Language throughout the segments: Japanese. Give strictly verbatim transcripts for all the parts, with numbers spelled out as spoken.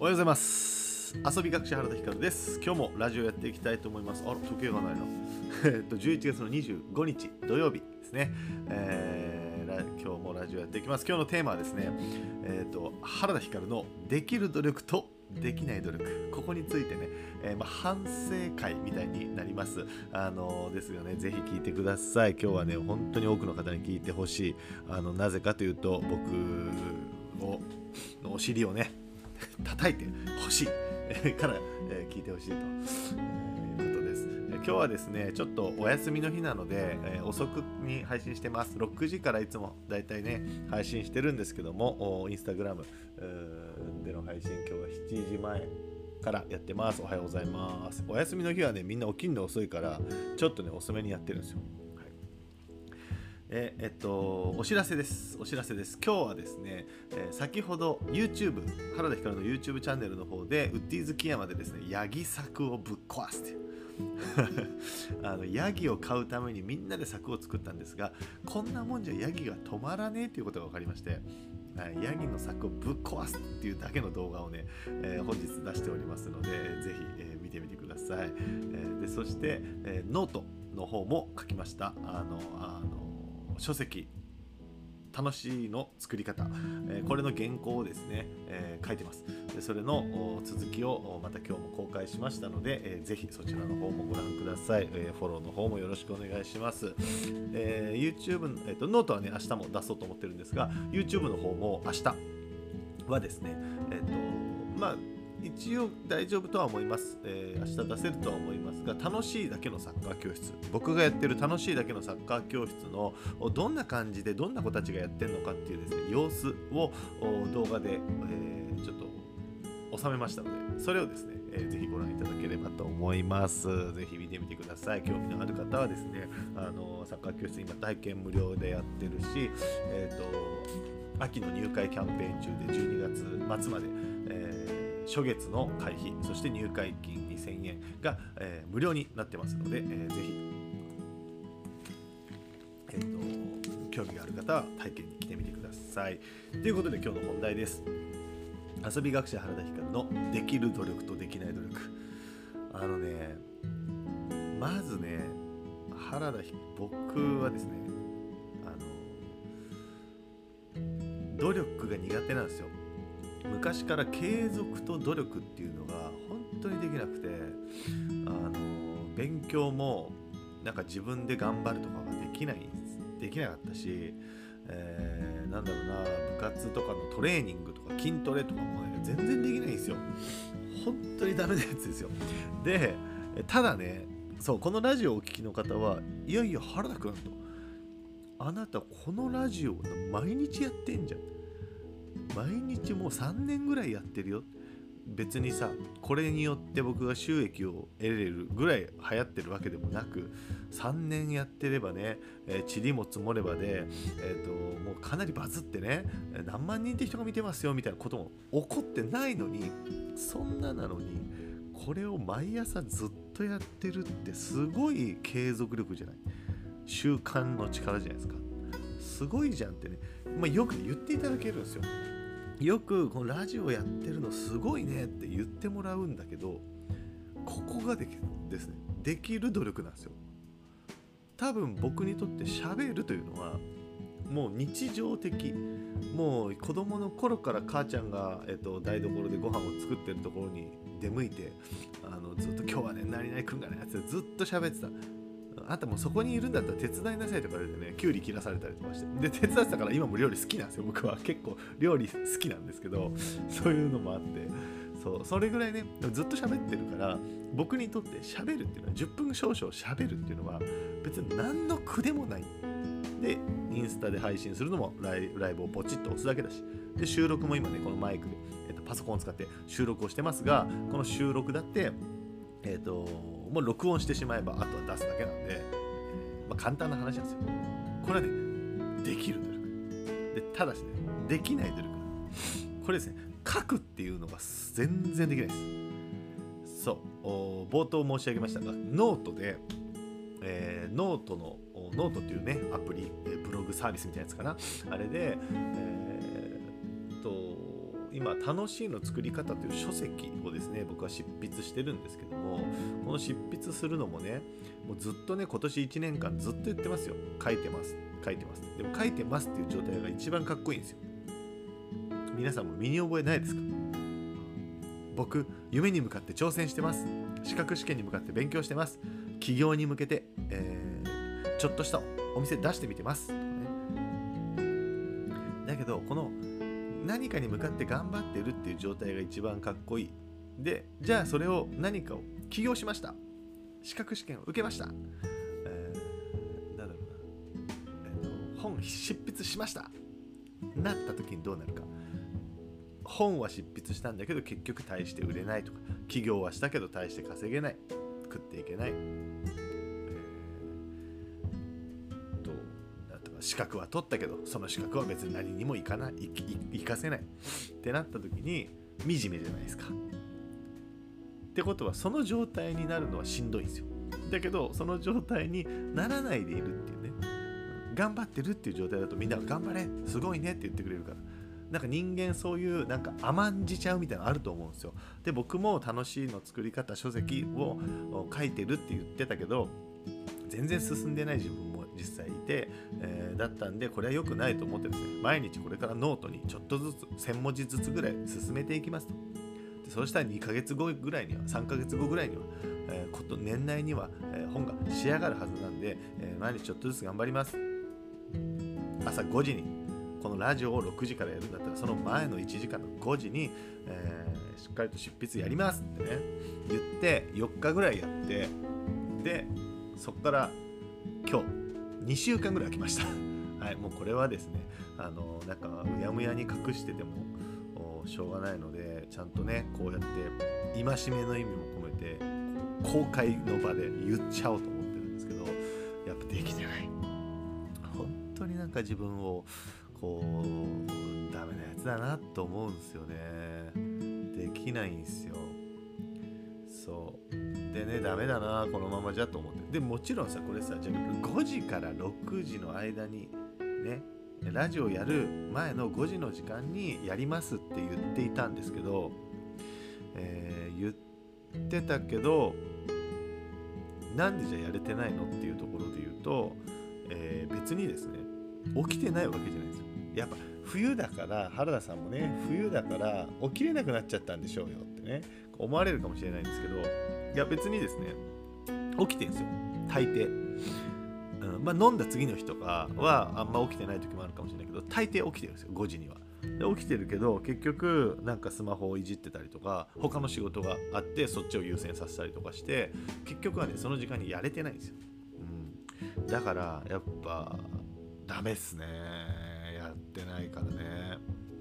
おはようございます。遊び学者原田光です。今日もラジオやっていきたいと思います。あら、時計がないな。えっとじゅういちがつのにじゅうごにち土曜日ですね。えー、今日もラジオやっていきます。今日のテーマはですね、えっと原田光のできる努力とできない努力、ここについてね、えーまあ、反省会みたいになります。あのー、ですよね。ぜひ聞いてください。今日はね、本当に多くの方に聞いてほしい。あのなぜかというと、僕をのお尻をね叩いてほしいから、えー、聞いてほしいと、えー、いうことです。えー、今日はですね、ちょっとお休みの日なので、えー、遅くに配信してます。ろくじからいつもだいたいね配信してるんですけども、インスタグラムでの配信、今日はしちじまえからやってます。おはようございます。お休みの日はね、みんな起きるの遅いからちょっとね遅めにやってるんですよ。ええっと、お知らせです。お知らせです。今日はですね、えー、先ほど YouTube、原田光の YouTube チャンネルの方で、ウッディーズ木山でですね、ヤギ柵をぶっ壊すってあのヤギを飼うためにみんなで柵を作ったんですが、こんなもんじゃヤギが止まらねえっていうことが分かりまして、はい、ヤギの柵をぶっ壊すっていうだけの動画をね、えー、本日出しておりますので、ぜひ、えー、見てみてください。えー、でそして、えー、ノートの方も書きました。あのあの書籍楽しいの作り方、えー、これの原稿をですね、えー、書いてます。でそれの続きをまた今日も公開しましたので、えー、ぜひそちらの方もご覧ください。えー、フォローの方もよろしくお願いします。えー、YouTube、えーと、ノートはね明日も出そうと思ってるんですが、 YouTube の方も明日はですね、えっ、ー、とまあ一応大丈夫とは思います、えー、明日出せるとは思いますが、楽しいだけのサッカー教室、僕がやってる楽しいだけのサッカー教室のどんな感じでどんな子たちがやってるのかっていうですね、様子を動画で、えー、ちょっと収めましたので、それをですね、えー、ぜひご覧いただければと思います。ぜひ見てみてください。興味のある方はですね、あのサッカー教室今体験無料でやってるし、えーと秋の入会キャンペーン中でじゅうにがつ末まで、えー初月の会費、そして入会金にせんえんが、えー、無料になってますので、えー、ぜひ、えーと、興味がある方は体験に来てみてください。ということで今日の本題です。遊び学者原田光のできる努力とできない努力。あのね、まずね、原田僕はですね、あの努力が苦手なんですよ。昔から継続と努力っていうのが本当にできなくて、あの勉強もなんか自分で頑張るとかができないできなかったし、えー、なんだろうな、部活とかのトレーニングとか筋トレとかもね全然できないんですよ。本当にダメなやつですよ。でただね、そう、このラジオをお聞きの方は、いやいや原田くんと、あなたこのラジオ毎日やってんじゃん、毎日もうさんねんぐらいやってるよ、別にさこれによって僕が収益を得れるぐらい流行ってるわけでもなく、さんねんやってればね、えー、塵も積もればで、えーと、もうかなりバズってね、何万人って人が見てますよみたいなことも起こってないのに、そんななのにこれを毎朝ずっとやってるってすごい継続力じゃない、習慣の力じゃないですか。すごいじゃんってね、まあ、よく言っていただけるんですよ。よくこのラジオやってるのすごいねって言ってもらうんだけど、ここができですね、できる努力なんですよ。多分僕にとって喋るというのはもう日常的、もう子供の頃から母ちゃんが、えっと、台所でご飯を作ってるところに出向いて、あのずっと今日はね何々くんがねってずっと喋ってた。あんたもそこにいるんだったら手伝いなさいとか言われてね、キュウリ切らされたりとかして、で手伝ってたから今も料理好きなんですよ。僕は結構料理好きなんですけど、そういうのもあって、そうそれぐらいねずっと喋ってるから、僕にとって喋るっていうのはじゅっぷん少々喋るっていうのは別に何の苦でもない。でインスタで配信するのもライライブをポチッと押すだけだし、で収録も今ねこのマイクで、えっと、パソコンを使って収録をしてますが、この収録だってえっともう録音してしまえばあとは出すだけなんで、まあ、簡単な話なんですよ。これはねできる努力で、ただしねできない努力、これですね、書くっていうのが全然できないです。そう、冒頭申し上げましたが、ノートで、えー、ノートのノートっていうねアプリ、ブログサービスみたいなやつかな、あれで、えー、と今楽しいの作り方という書籍をですね僕は執筆してるんですけども、この執筆するのもねもうずっとね今年いちねんかんずっと言ってますよ。書いてます書いてます。でも書いてますっていう状態が一番かっこいいんですよ。皆さんも身に覚えないですか？僕夢に向かって挑戦してます。資格試験に向かって勉強してます。起業に向けて、えー、ちょっとしたお店出してみてますとかね。だけどこの何かに向かって頑張ってるっていう状態が一番かっこいい。でじゃあそれを何かを起業しました、資格試験を受けました、えー、なんだろうな、えーと、本執筆しましたなった時にどうなるか。本は執筆したんだけど結局大して売れないとか、起業はしたけど大して稼げない、食っていけない、えー、と資格は取ったけどその資格は別に何にもいかない、いい活かせないってなった時に惨めじゃないですか。ってことはその状態になるのはしんどいんですよ。だけどその状態にならないでいるっていうね、頑張ってるっていう状態だとみんなが頑張れすごいねって言ってくれるから、なんか人間そういうなんか甘んじちゃうみたいなのあると思うんですよ。で僕も楽しいの作り方書籍を書いてるって言ってたけど全然進んでない自分も実際いて、えー、だったんでこれは良くないと思ってですね、毎日これからノートにちょっとずつせんもじずつぐらい進めていきますと。でそうしたらにかげつごぐらいにはさんかげつごぐらいには、えー、こと年内には、えー、本が仕上がるはずなんで、えー、毎日ちょっとずつ頑張ります。朝ごじにこのラジオをろくじからやるんだったらその前のいちじかんのごじに、えー、しっかりと執筆やりますってね言ってよっかぐらいやって、でそこから今日にしゅうかんぐらい空きましたはい、もうこれはですねあのなんかうやむやに隠しててもしょうがないので、ちゃんとねこうやって戒めの意味も込めて公開の場で言っちゃおうと思ってるんですけど、やっぱできてない。本当になんか自分をこうダメなやつだなと思うんですよね。できないんですよ。そうでね、ダメだなこのままじゃと思って、でもちろんさこれさじゃあごじからろくじの間にねラジオやる前のごじの時間にやりますって言っていたんですけど、えー、言ってたけどなんでじゃやれてないのっていうところで言うと、えー、別にですね起きてないわけじゃないですよ。やっぱ冬だから原田さんもね冬だから起きれなくなっちゃったんでしょうよってね思われるかもしれないんですけど、いや別にですね起きてるんですよ大抵、うん、まあ飲んだ次の日とかはあんま起きてない時もあるかもしれないけど大抵起きてるんですよごじには。で起きてるけど結局なんかスマホをいじってたりとか他の仕事があってそっちを優先させたりとかして結局はねその時間にやれてないんですよ、うん、だからやっぱダメっすねやってないからね。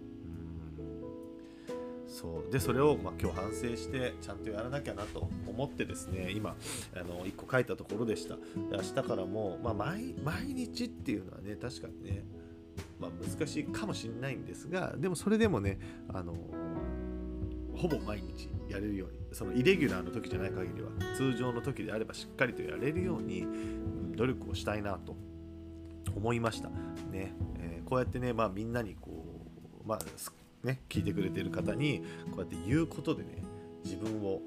そうでそれを、まあ、今日反省してちゃんとやらなきゃなと思ってですね今あのいっこ書いたところでした。明日からも、まあ、毎, 毎日っていうのはね確かにね、まあ、難しいかもしれないんですが、でもそれでもねあのほぼ毎日やれるように、そのイレギュラーの時じゃない限りは通常の時であればしっかりとやれるように、うん、努力をしたいなと思いましたね、えー、こうやってね、まあ、みんなにこうまあね、聞いてくれてる方にこうやって言うことでね自分を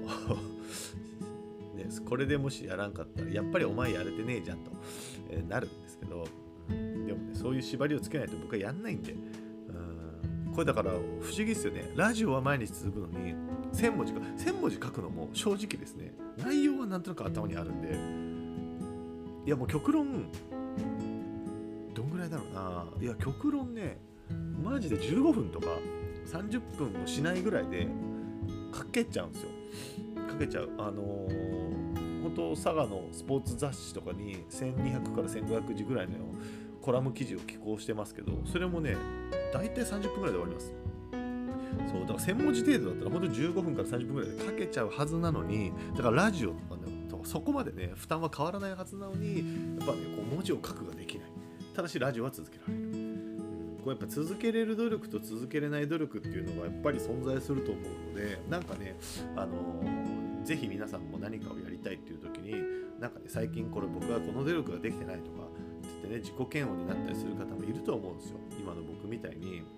ね、これでもしやらんかったらやっぱりお前やれてねえじゃんと、えー、なるんですけど、うん、でもねそういう縛りをつけないと僕はやんないんで、うん、これだから不思議ですよね。ラジオは毎日続くのにせんもじかせんもじ書くのも正直ですね内容はなんとなく頭にあるんで、いやもう極論どんぐらいだろうな、いや極論ねマジでじゅうごふんとかさんじゅっぷんもしないぐらいで書けちゃうんですよ。書けちゃう。あのー、本当佐賀のスポーツ雑誌とかにせんにひゃくからせんごひゃくじぐらいのコラム記事を寄稿してますけど、それもね大体さんじゅっぷんぐらいで終わります。そうだからせんもじ程度だったら本当じゅうごふんからさんじゅっぷんぐらいで書けちゃうはずなのに、だからラジオとかねそこまでね負担は変わらないはずなのにやっぱねこう文字を書くができない。ただしラジオは続けられる。こうやっぱ続けれる努力と続けれない努力っていうのがやっぱり存在すると思うので、なんかね、あのー、ぜひ皆さんも何かをやりたいっていう時になんかね最近これ僕はこの努力ができてないとかって言ってね自己嫌悪になったりする方もいると思うんですよ。今の僕みたいに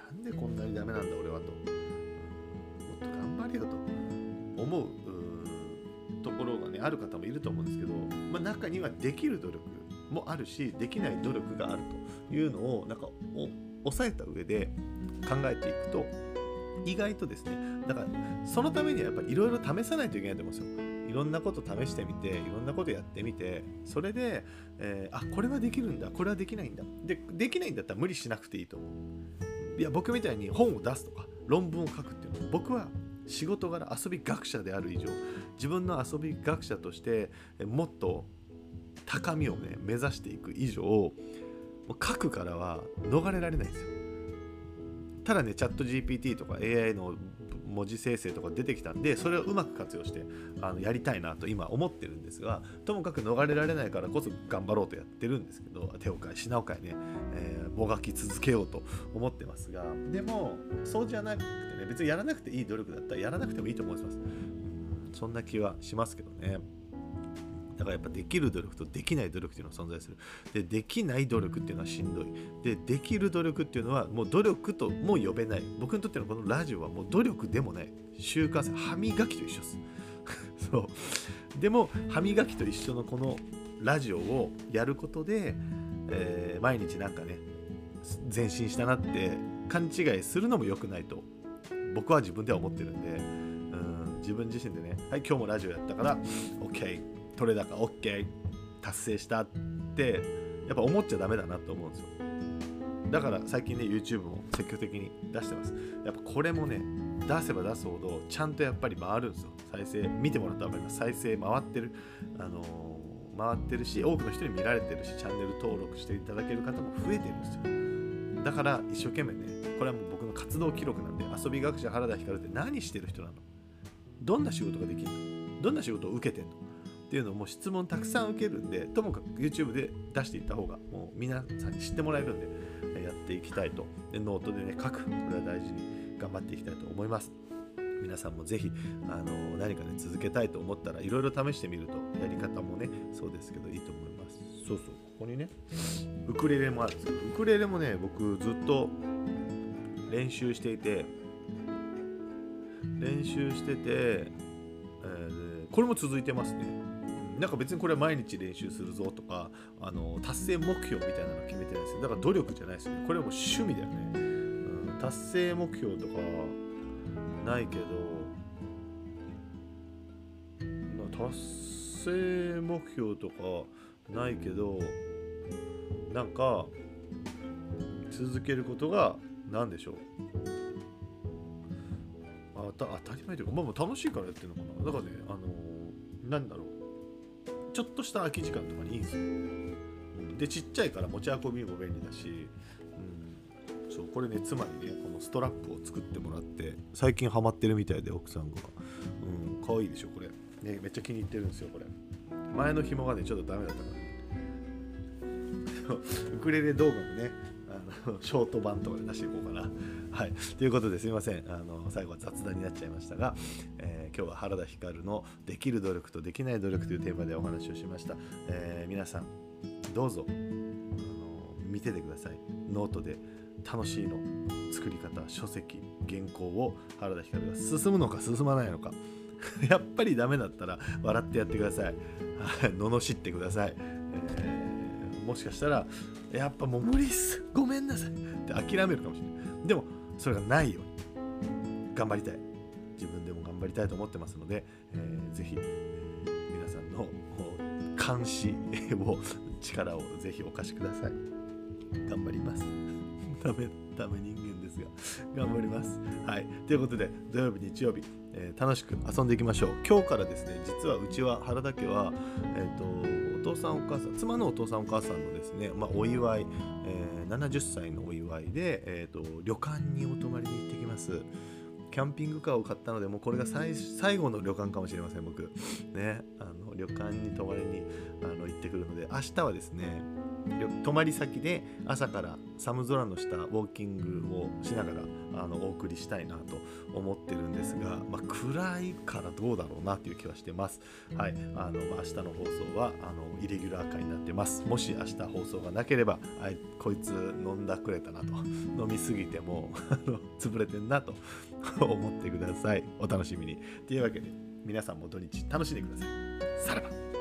なんでこんなにダメなんだ俺はと、うん、もっと頑張れよと思う、うところがねある方もいると思うんですけど、まあ、中にはできる努力もあるしできない努力があるというのをなんか抑えた上で考えていくと意外とですね、だからそのためにはやっぱりいろいろ試さないといけないと思うんですよ。いろんなこと試してみていろんなことやってみて、それで、えー、あこれはできるんだこれはできないんだでできないんだったら無理しなくていいと思う。いや僕みたいに本を出すとか論文を書くっていうのは僕は仕事柄遊び学者である以上自分の遊び学者としてもっと高みをね目指していく以上もう書くからは逃れられないんですよ。ただねチャット ジーピーティー とか エーアイ の文字生成とか出てきたんでそれをうまく活用してあのやりたいなと今思ってるんですが、ともかく逃れられないからこそ頑張ろうとやってるんですけど、手を変え品を変えね、えー、もがき続けようと思ってますが、でもそうじゃなくてね別にやらなくていい努力だったらやらなくてもいいと思います。うんそんな気はしますけどね。だからやっぱできる努力とできない努力っていうのは存在する。で、できない努力っていうのはしんどい。で、できる努力っていうのはもう努力とも呼べない。僕にとってのこのラジオはもう努力でもない。習慣性、歯磨きと一緒です。そう。でも歯磨きと一緒のこのラジオをやることで、えー、毎日なんかね、前進したなって勘違いするのも良くないと僕は自分では思ってるんで、うん自分自身でね、はい今日もラジオやったから OK。取れ高 OK 達成したってやっぱ思っちゃダメだなと思うんですよ。だから最近ね YouTube も積極的に出してます。やっぱこれもね出せば出すほどちゃんとやっぱり回るんですよ。再生見てもらったら分かります。再生回ってる、あのー、回ってるし多くの人に見られてるしチャンネル登録していただける方も増えてるんですよ。だから一生懸命ねこれはもう僕の活動記録なんで、遊び学者原田光って何してる人なの、どんな仕事ができるの、どんな仕事を受けてんのっていうのをもう質問たくさん受けるんで、ともかく YouTube で出していった方がもう皆さんに知ってもらえるんでやっていきたいと。でノートでね書く、これは大事に頑張っていきたいと思います。皆さんもぜひあの何かね続けたいと思ったらいろいろ試してみるとやり方もねそうですけどいいと思います。そうそう、ここにねウクレレもあるんですけど、ウクレレもね僕ずっと練習していて練習してて、えー、これも続いてますね。なんか別にこれは毎日練習するぞとかあの達成目標みたいなの決めてないですよ。だから努力じゃないですよね。これはもう趣味だよね、うん、達成目標とかないけど達成目標とかないけどなんか続けることが何でしょう、あた当たり前というか、まあ、もう楽しいからやってるのかな。だからねあのー、なんだろうちょっとした空き時間とかにいいんですよ、うん、でちっちゃいから持ち運びも便利だし、うん、そうこれね妻にねこのストラップを作ってもらって最近ハマってるみたいで奥さんが、うん、可愛いでしょこれ、ね、めっちゃ気に入ってるんですよ。これ前の紐がねちょっとダメだったからウクレレ動画もねあのショート版とかで出していこうかな。はい、ということですいませんあの最後は雑談になっちゃいましたが、えー、今日は原田光のできる努力とできない努力というテーマでお話をしました。えー、皆さんどうぞあの見ててください。ノートで楽しいの作り方、書籍、原稿を原田光が進むのか進まないのかやっぱりダメだったら笑ってやってください。罵ってください。えー、もしかしたらやっぱもう無理っすごめんなさいって諦めるかもしれない。でもそれがないように頑張りたい、自分でも頑張りたいと思ってますので、えー、ぜひ、えー、皆さんの監視を力をぜひお貸しください。頑張りますダメダメ人間ですが頑張ります。はい、ということで土曜日日曜日、えー、楽しく遊んでいきましょう。今日からですね実はうちは原田家は、えー、とお父さんお母さん妻のお父さんお母さんのですね、まあ、お祝い、えー、ななじゅっさいのお祝いで、えー、と旅館にお泊まりに行ってきます。キャンピングカーを買ったのでもうこれが 最, 最後の旅館かもしれません。僕ねあの旅館に泊まりにあの行ってくるので明日はですね泊まり先で朝から寒空の下ウォーキングをしながらあのお送りしたいなと思ってるんですが、まあ、暗いからどうだろうなという気はしてます。はい、あの、まあ、明日の放送はあのイレギュラー回になってます。もし明日放送がなければ、あいこいつ飲んだくれたなと、飲みすぎてもう潰れてんなと思ってください。お楽しみに。というわけで皆さんも土日楽しんでください。さらば。